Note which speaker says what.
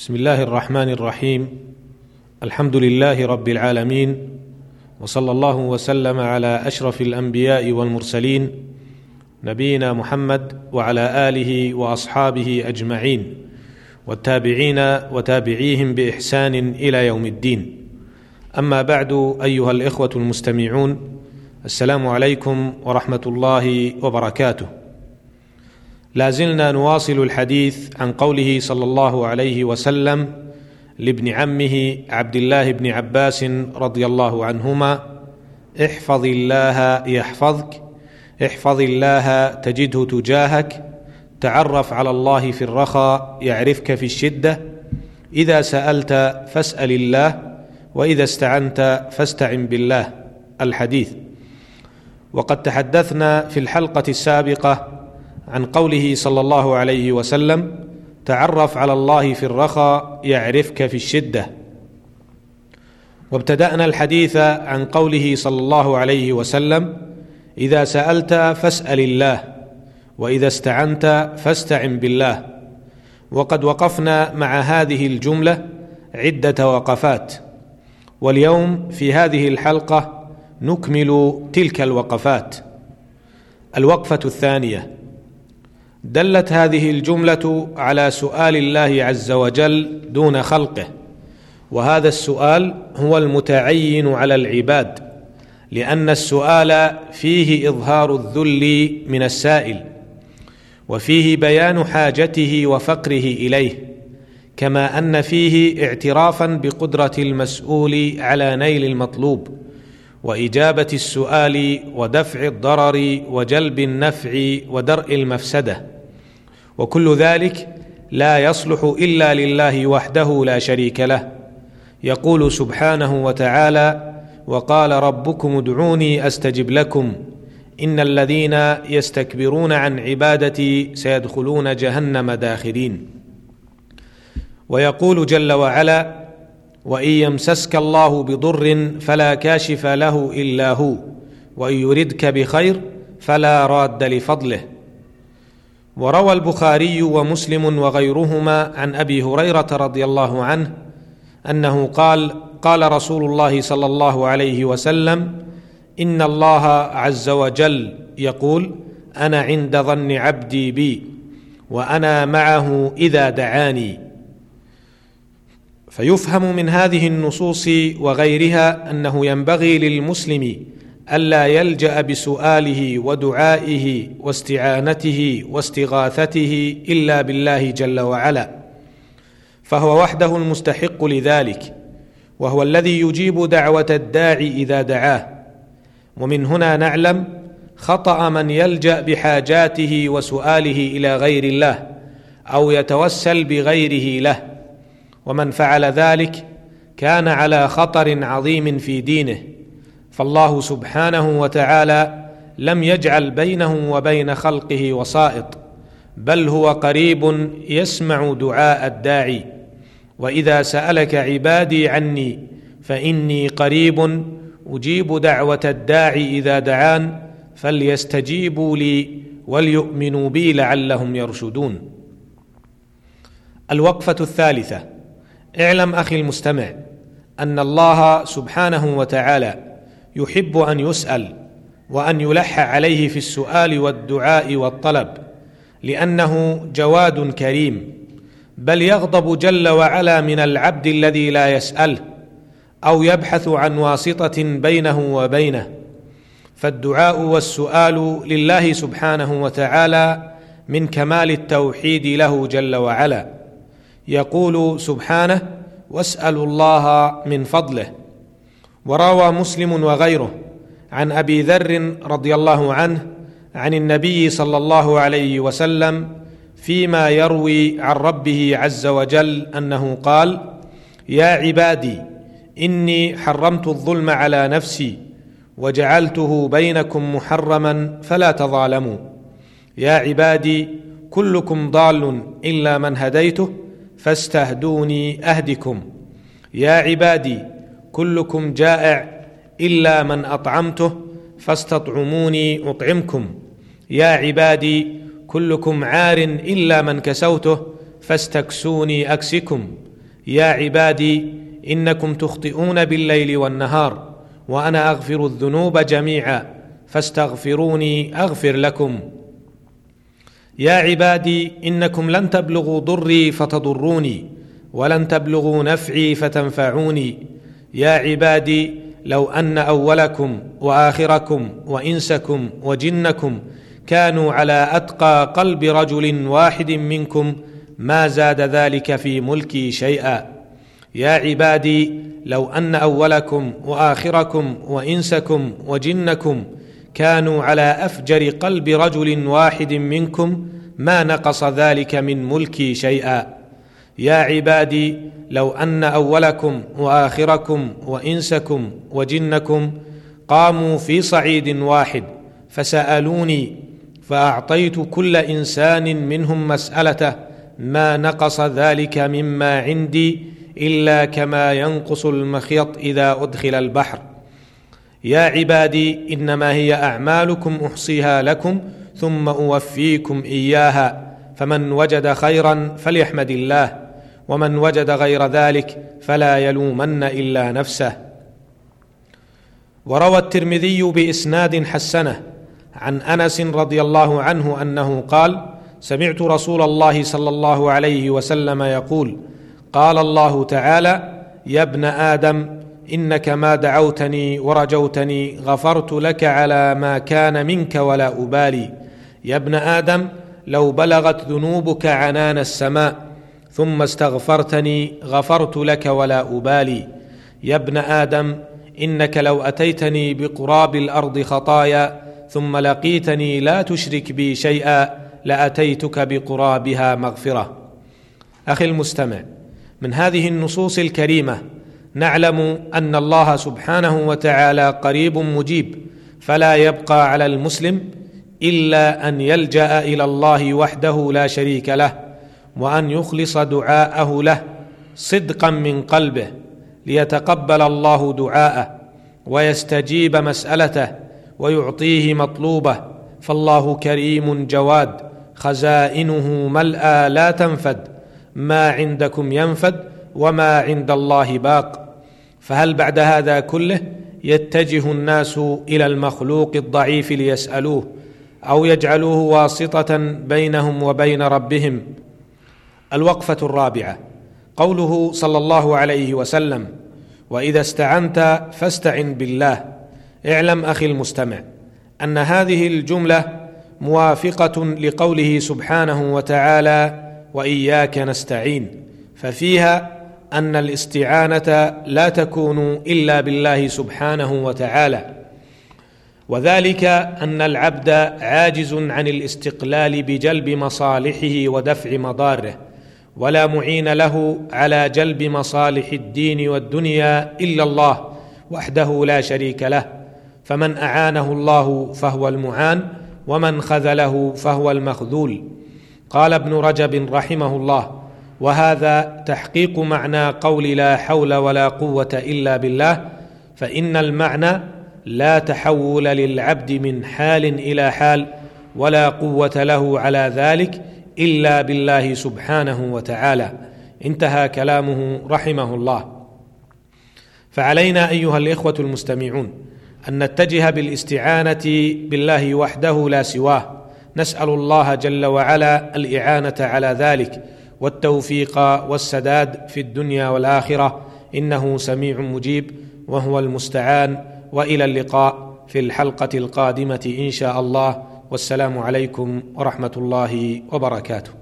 Speaker 1: بسم الله الرحمن الرحيم. الحمد لله رب العالمين، وصلى الله وسلم على أشرف الأنبياء والمرسلين نبينا محمد وعلى آله وأصحابه أجمعين والتابعين وتابعيهم بإحسان إلى يوم الدين. أما بعد، أيها الإخوة المستمعون، السلام عليكم ورحمة الله وبركاته. لازلنا نواصل الحديث عن قوله صلى الله عليه وسلم لابن عمه عبد الله بن عباس رضي الله عنهما: احفظ الله يحفظك، احفظ الله تجده تجاهك، تعرف على الله في الرخاء يعرفك في الشدة، إذا سألت فاسأل الله، وإذا استعنت فاستعن بالله. الحديث. وقد تحدثنا في الحلقة السابقة عن قوله صلى الله عليه وسلم: تعرف على الله في الرخاء يعرفك في الشدة. وابتدأنا الحديث عن قوله صلى الله عليه وسلم: إذا سألت فاسأل الله، وإذا استعنت فاستعن بالله. وقد وقفنا مع هذه الجملة عدة وقفات، واليوم في هذه الحلقة نكمل تلك الوقفات. الوقفة الثانية: دلت هذه الجملة على سؤال الله عز وجل دون خلقه، وهذا السؤال هو المتعين على العباد، لأن السؤال فيه إظهار الذل من السائل، وفيه بيان حاجته وفقره إليه، كما أن فيه اعترافا بقدرة المسؤول على نيل المطلوب، وإجابة السؤال، ودفع الضرر، وجلب النفع، ودرء المفسدة. وكل ذلك لا يصلح إلا لله وحده لا شريك له. يقول سبحانه وتعالى: وقال ربكم ادعوني أستجب لكم إن الذين يستكبرون عن عبادتي سيدخلون جهنم داخرين. ويقول جل وعلا: وإن يمسسك الله بضر فلا كاشف له إلا هو، وإن يردك بخير فلا راد لفضله. وروى البخاري ومسلم وغيرهما عن أبي هريرة رضي الله عنه أنه قال: قال رسول الله صلى الله عليه وسلم: إن الله عز وجل يقول: أنا عند ظن عبدي بي، وأنا معه إذا دعاني. فيفهم من هذه النصوص وغيرها أنه ينبغي للمسلم ألا يلجأ بسؤاله ودعائه واستعانته واستغاثته إلا بالله جل وعلا، فهو وحده المستحق لذلك، وهو الذي يجيب دعوة الداعي إذا دعاه. ومن هنا نعلم خطأ من يلجأ بحاجاته وسؤاله إلى غير الله، أو يتوسل بغيره له، ومن فعل ذلك كان على خطر عظيم في دينه، فالله سبحانه وتعالى لم يجعل بينه وبين خلقه وسائط، بل هو قريب يسمع دعاء الداعي. وإذا سألك عبادي عني فإني قريب أجيب دعوة الداعي إذا دعان، فليستجيبوا لي وليؤمنوا بي لعلهم يرشدون. الوقفة الثالثة: اعلم أخي المستمع أن الله سبحانه وتعالى يحب أن يسأل، وأن يلح عليه في السؤال والدعاء والطلب، لأنه جواد كريم، بل يغضب جل وعلا من العبد الذي لا يسأله أو يبحث عن واسطة بينه وبينه. فالدعاء والسؤال لله سبحانه وتعالى من كمال التوحيد له جل وعلا. يقول سبحانه: واسألوا الله من فضله. وروى مسلم وغيره عن أبي ذر رضي الله عنه عن النبي صلى الله عليه وسلم فيما يروي عن ربه عز وجل أنه قال: يا عبادي إني حرمت الظلم على نفسي وجعلته بينكم محرما فلا تظالموا. يا عبادي كلكم ضال إلا من هديته فاستهدوني أهدكم. يا عبادي كلكم جائع إلا من أطعمته فاستطعموني أطعمكم. يا عبادي كلكم عار إلا من كسوته فاستكسوني أكسكم. يا عبادي إنكم تخطئون بالليل والنهار وأنا أغفر الذنوب جميعا فاستغفروني أغفر لكم. يا عبادي إنكم لن تبلغوا ضري فتضروني ولن تبلغوا نفعي فتنفعوني. يا عبادي لو أن أولكم وآخركم وإنسكم وجنكم كانوا على أتقى قلب رجل واحد منكم ما زاد ذلك في ملكي شيئا. يا عبادي لو أن أولكم وآخركم وإنسكم وجنكم كانوا على أفجر قلب رجل واحد منكم ما نقص ذلك من ملكي شيئا. يا عبادي لو أن أولكم وآخركم وإنسكم وجنكم قاموا في صعيد واحد فسألوني فأعطيت كل إنسان منهم مسألته ما نقص ذلك مما عندي إلا كما ينقص المخيط إذا أدخل البحر. يا عبادي إنما هي أعمالكم أحصيها لكم ثم أوفيكم إياها، فمن وجد خيرا فليحمد الله، ومن وجد غير ذلك فلا يلومن إلا نفسه. وروى الترمذي بإسناد حسنه عن أنس رضي الله عنه أنه قال: سمعت رسول الله صلى الله عليه وسلم يقول: قال الله تعالى: يا ابن آدم إنك ما دعوتني ورجوتني غفرت لك على ما كان منك ولا أبالي. يا ابن آدم لو بلغت ذنوبك عنان السماء ثم استغفرتني غفرت لك ولا أبالي. يا ابن آدم إنك لو أتيتني بقراب الأرض خطايا ثم لقيتني لا تشرك بي شيئا لأتيتك بقرابها مغفرة. أخي المستمع، من هذه النصوص الكريمة نعلم أن الله سبحانه وتعالى قريب مجيب، فلا يبقى على المسلم إلا أن يلجأ إلى الله وحده لا شريك له، وأن يخلص دعاءه له صدقا من قلبه ليتقبل الله دعاءه ويستجيب مسألته ويعطيه مطلوبه، فالله كريم جواد خزائنه ملأى لا تنفد، ما عندكم ينفد وما عند الله باق. فهل بعد هذا كله يتجه الناس إلى المخلوق الضعيف ليسألوه أو يجعلوه واسطة بينهم وبين ربهم؟ الوقفة الرابعة قوله صلى الله عليه وسلم: وإذا استعنت فاستعن بالله. اعلم أخي المستمع أن هذه الجملة موافقة لقوله سبحانه وتعالى: وإياك نستعين، ففيها أن الاستعانة لا تكون إلا بالله سبحانه وتعالى، وذلك أن العبد عاجز عن الاستقلال بجلب مصالحه ودفع مضاره، ولا معين له على جلب مصالح الدين والدنيا إلا الله وحده لا شريك له، فمن أعانه الله فهو المعان، ومن خذله فهو المخذول. قال ابن رجب رحمه الله: وهذا تحقيق معنى قول لا حول ولا قوة إلا بالله، فإن المعنى لا تحول للعبد من حال إلى حال ولا قوة له على ذلك إلا بالله سبحانه وتعالى. انتهى كلامه رحمه الله. فعلينا أيها الإخوة المستمعون أن نتجه بالاستعانة بالله وحده لا سواه، نسأل الله جل وعلا الإعانة على ذلك والتوفيق والسداد في الدنيا والآخرة، إنه سميع مجيب وهو المستعان. وإلى اللقاء في الحلقة القادمة إن شاء الله، والسلام عليكم ورحمة الله وبركاته.